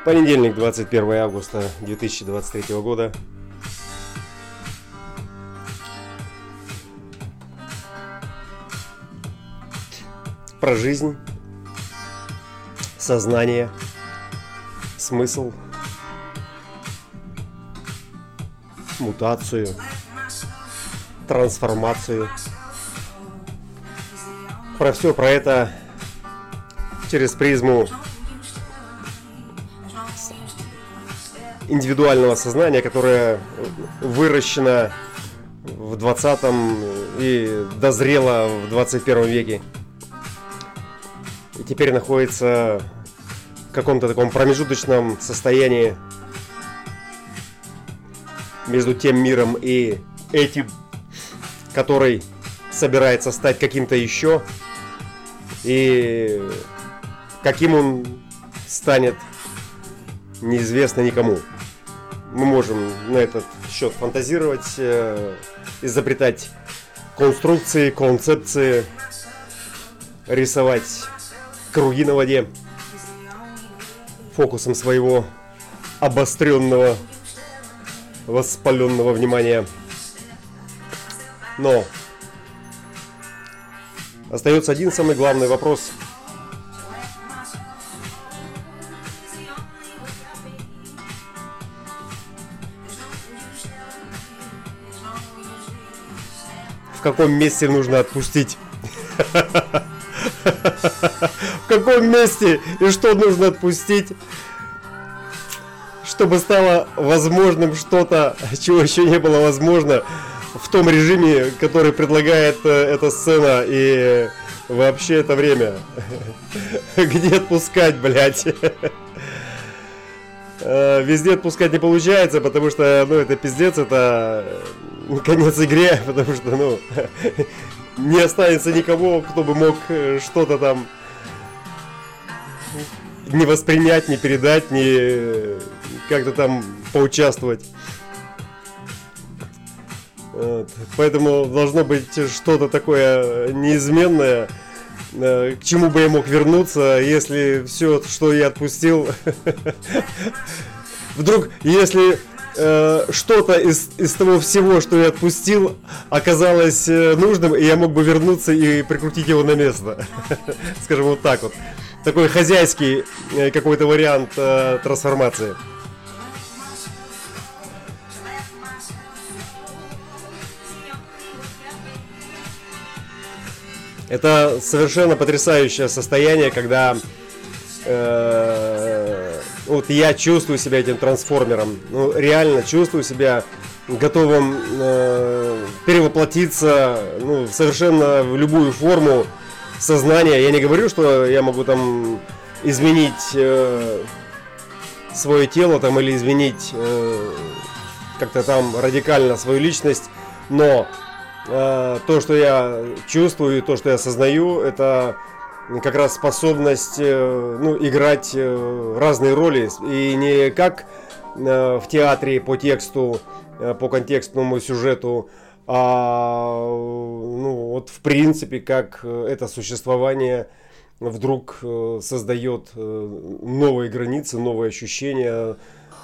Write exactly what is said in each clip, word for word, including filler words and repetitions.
Понедельник, двадцать первое августа две тысячи двадцать третьего года. Про жизнь, сознание, смысл, мутацию, трансформацию. Про все про это через призму индивидуального сознания, которое выращено в двадцатом и дозрело в двадцать первом веке. И теперь находится в каком-то таком промежуточном состоянии между тем миром и этим, который собирается стать каким-то еще. И каким он станет, неизвестно никому. Мы можем на этот счет фантазировать, э, изобретать конструкции, концепции, рисовать круги на воде фокусом своего обостренного, воспаленного внимания. Но остается один самый главный вопрос. В каком месте нужно отпустить? В каком месте и что нужно отпустить, чтобы стало возможным что-то, чего еще не было возможно в том режиме, который предлагает эта сцена и вообще это время. Где отпускать, блядь? Везде отпускать не получается, потому что, ну, это пиздец, это конец игре, потому что, ну, не останется никого, кто бы мог что-то там не воспринять, не передать, не как-то там поучаствовать. Вот. Поэтому должно быть что-то такое неизменное, к чему бы я мог вернуться, если все, что я отпустил, вдруг, если э, что-то из, из того всего, что я отпустил, оказалось нужным, и я мог бы вернуться и прикрутить его на место. Скажем вот так вот. Такой хозяйский э, какой-то вариант э, трансформации. Это совершенно потрясающее состояние, когда э, вот я чувствую себя этим трансформером, ну, реально чувствую себя готовым э, перевоплотиться, ну, совершенно в любую форму сознания. Я не говорю, что я могу там изменить э, свое тело там, или изменить э, как-то там радикально свою личность, но то, что я чувствую, то, что я осознаю, это как раз способность, ну, играть разные роли. И не как в театре по тексту, по контекстному сюжету, а, ну, вот в принципе, как это существование вдруг создает новые границы, новые ощущения.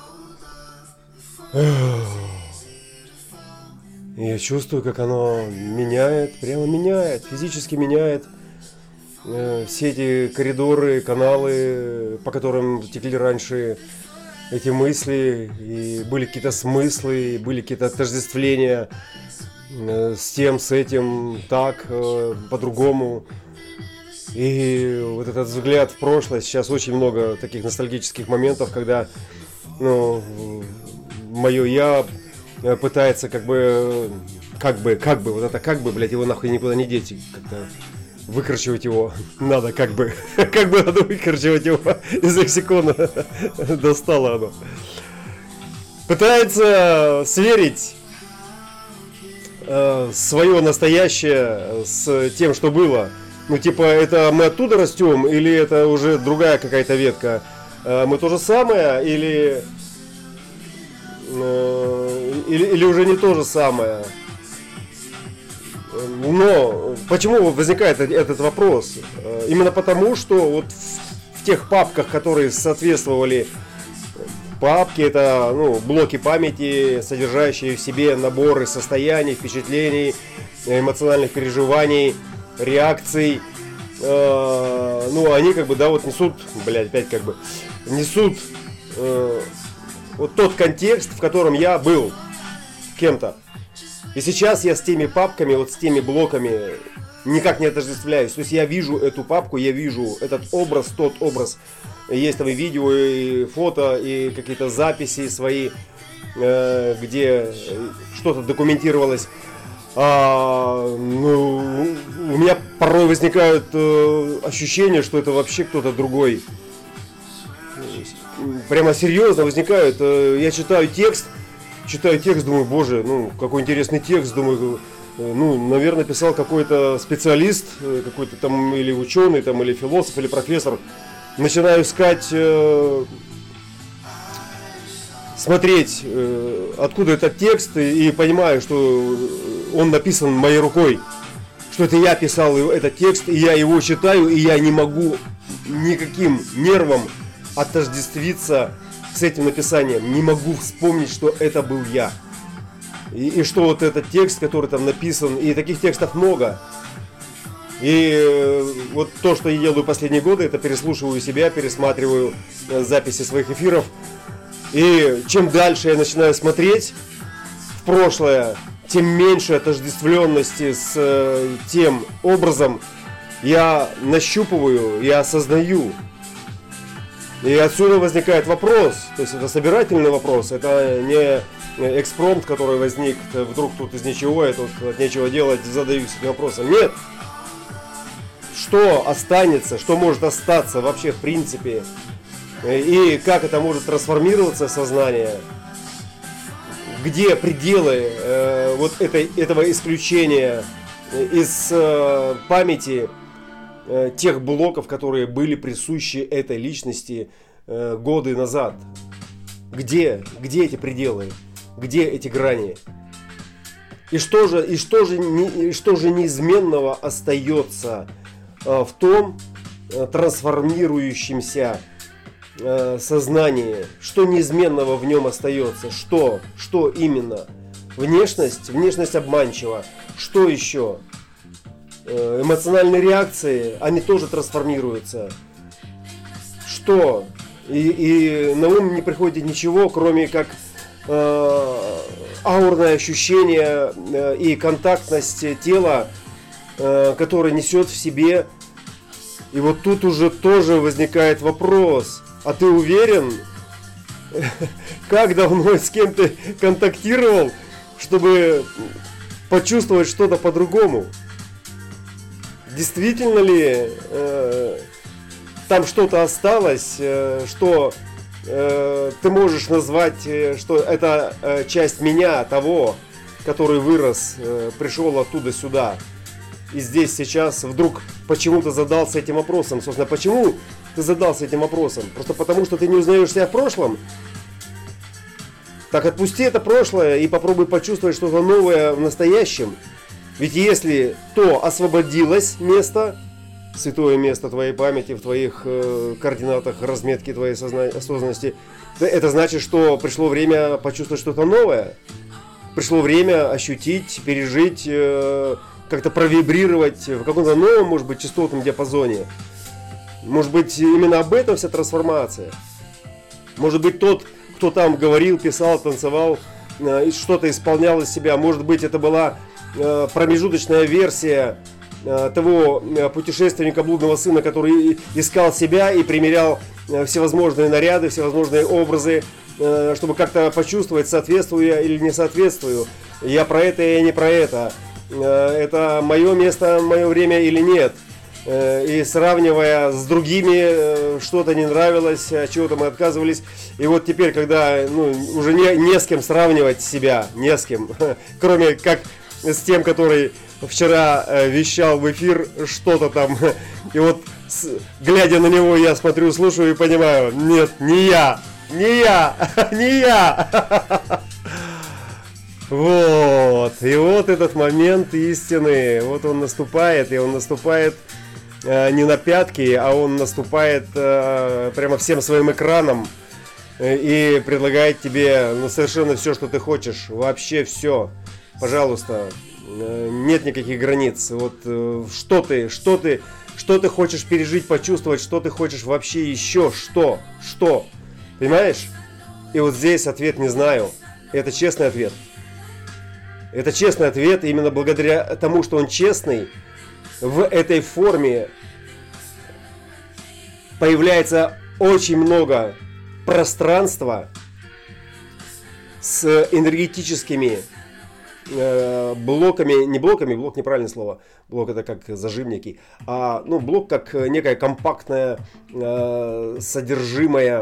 Я чувствую, как оно меняет, прямо меняет, физически меняет э, все эти коридоры, каналы, по которым текли раньше эти мысли, и были какие-то смыслы, и были какие-то отождествления э, с тем, с этим, так, э, по-другому. И вот этот взгляд в прошлое, сейчас очень много таких ностальгических моментов, когда, ну, мое «я» пытается как бы, как бы, как бы, вот это как бы, блядь, его нахуй никуда не деть, как-то выкручивать его надо, как бы, как бы надо выкручивать его из лексикона, достало оно. Пытается сверить э, свое настоящее с тем, что было. Ну, типа, это мы оттуда растем, или это уже другая какая-то ветка? Э, мы то же самое, или... Или, или уже не то же самое. Но почему возникает этот вопрос? Именно потому, что вот в, в тех папках, которые соответствовали Папки — это, ну, блоки памяти, содержащие в себе наборы состояний, впечатлений, эмоциональных переживаний, реакций. Э, ну, они как бы, да, вот несут, блядь, опять как бы, несут э, вот тот контекст, в котором я был кем-то. И сейчас я с теми папками, вот с теми блоками никак не отождествляюсь. То есть я вижу эту папку, я вижу этот образ, тот образ. Есть там и видео, и фото, и какие-то записи свои, э, где что-то документировалось. А, ну, у меня порой возникают э, ощущения, что это вообще кто-то другой. Прямо серьезно возникают. Э, я читаю текст, читаю текст, думаю, боже, ну какой интересный текст, думаю, э, ну, наверное, писал какой-то специалист, э, какой-то там или ученый, там, или философ, или профессор. Начинаю искать, э, смотреть, э, откуда этот текст, и, и понимаю, что он написан моей рукой, что это я писал этот текст, и я его читаю, и я не могу никаким нервом отождествиться с этим написанием, не могу вспомнить, что это был я, и, и что вот этот текст, который там написан, и таких текстов много. И вот то, что я делаю последние годы, это переслушиваю себя, пересматриваю записи своих эфиров. И чем дальше я начинаю смотреть в прошлое, тем меньше отождествленности с тем образом я нащупываю, я осознаю. И отсюда возникает вопрос, то есть это собирательный вопрос, это не экспромт, который возник вдруг тут из ничего, и тут от нечего делать, задаюсь этим вопросом. Нет! Что останется, что может остаться вообще в принципе, и как это может трансформироваться в сознание, где пределы э, вот этой, этого исключения из э, памяти э, тех блоков, которые были присущи этой личности э, годы назад. Где, где эти пределы, где эти грани? И что же, и что же, не, и что же неизменного остается в том трансформирующемся сознании, что неизменного в нем остается, что, что именно? Внешность, внешность обманчива, что еще? Эмоциональные реакции, они тоже трансформируются. Что? И, и на ум не приходит ничего, кроме как э, аурное ощущение э, и контактность тела, который несет в себе. И вот тут уже тоже возникает вопрос: а ты уверен, как давно с кем ты контактировал, чтобы почувствовать что-то по-другому? Действительно ли э, там что-то осталось, э, что э, ты можешь назвать, э, что это э, часть меня, того, который вырос, э, пришел оттуда сюда? И здесь сейчас вдруг почему-то задался этим вопросом. Собственно, почему ты задался этим вопросом? Просто потому, что ты не узнаешь себя в прошлом? Так отпусти это прошлое и попробуй почувствовать что-то новое в настоящем. Ведь если то освободилось место, святое место твоей памяти, в твоих э, координатах разметки твоей созна... осознанности, это значит, что пришло время почувствовать что-то новое. Пришло время ощутить, пережить, э, как-то провибрировать в каком-то новом, может быть, частотном диапазоне. Может быть, именно об этом вся трансформация. Может быть, тот, кто там говорил, писал, танцевал, э, что-то исполнял из себя, может быть, это была э, промежуточная версия э, того э, путешественника блудного сына, который искал себя и примерял э, всевозможные наряды, всевозможные образы, э, чтобы как-то почувствовать, соответствую я или не соответствую. Я про это, я не про это. Это мое место, мое время или нет. И сравнивая с другими, что-то не нравилось, от чего-то мы отказывались. И вот теперь, когда ну, уже не, не с кем сравнивать себя, не с кем, кроме как с тем, который вчера вещал в эфир что-то там. И вот, глядя на него, я смотрю, слушаю и понимаю: нет, не я, не я, не я. Вот, и вот этот момент истины, вот он наступает, и он наступает э, не на пятки, а он наступает э, прямо всем своим экраном. и предлагает тебе ну, совершенно все, что ты хочешь, вообще все. Пожалуйста, нет никаких границ. Вот что ты, что ты, что ты хочешь пережить, почувствовать, что ты хочешь вообще еще, что, что, понимаешь? И вот здесь ответ не знаю. Это честный ответ. Это честный ответ, и именно благодаря тому, что он честный, в этой форме появляется очень много пространства с энергетическими э, блоками, не блоками, блок неправильное слово, блок это как зажимники, а ну, блок как некая компактная э, содержимое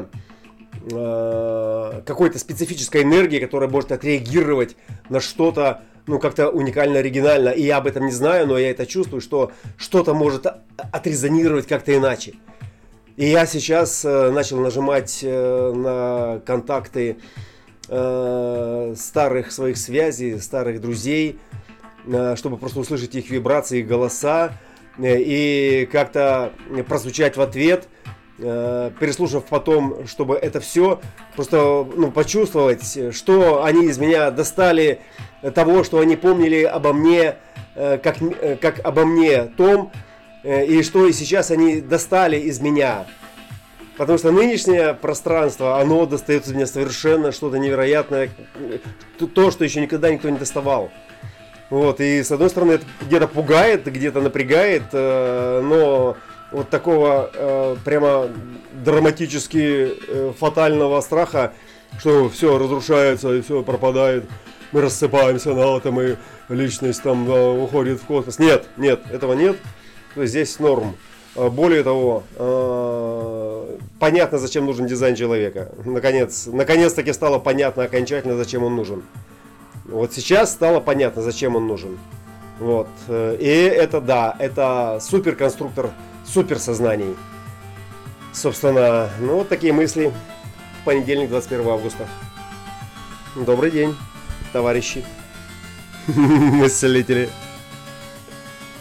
э, какой-то специфической энергии, которая может отреагировать на что-то ну, как-то уникально, оригинально. И я об этом не знаю, но я это чувствую, что что-то может отрезонировать как-то иначе. И я сейчас э, начал нажимать э, на контакты э, старых своих связей, старых друзей, э, чтобы просто услышать их вибрации, их голоса э, и как-то прозвучать в ответ, э, переслушав потом, чтобы это все просто ну, почувствовать, что они из меня достали того, что они помнили обо мне, э, как, э, как обо мне том, и что и сейчас они достали из меня. Потому что нынешнее пространство, оно достает из меня совершенно что-то невероятное. То, что еще никогда никто не доставал. Вот, и с одной стороны это где-то пугает, где-то напрягает, но вот такого прямо драматически фатального страха, что все разрушается и все пропадает, мы рассыпаемся на атомы, личность там уходит в космос. Нет, нет, этого нет. То есть здесь норм. Более того, понятно, зачем нужен дизайн человека. Наконец, наконец-таки стало понятно окончательно, зачем он нужен. Вот сейчас стало понятно, зачем он нужен. Вот. И это да, это суперконструктор суперсознаний. Собственно, ну вот такие мысли в понедельник, двадцать первого августа. Добрый день, товарищи, мыслители.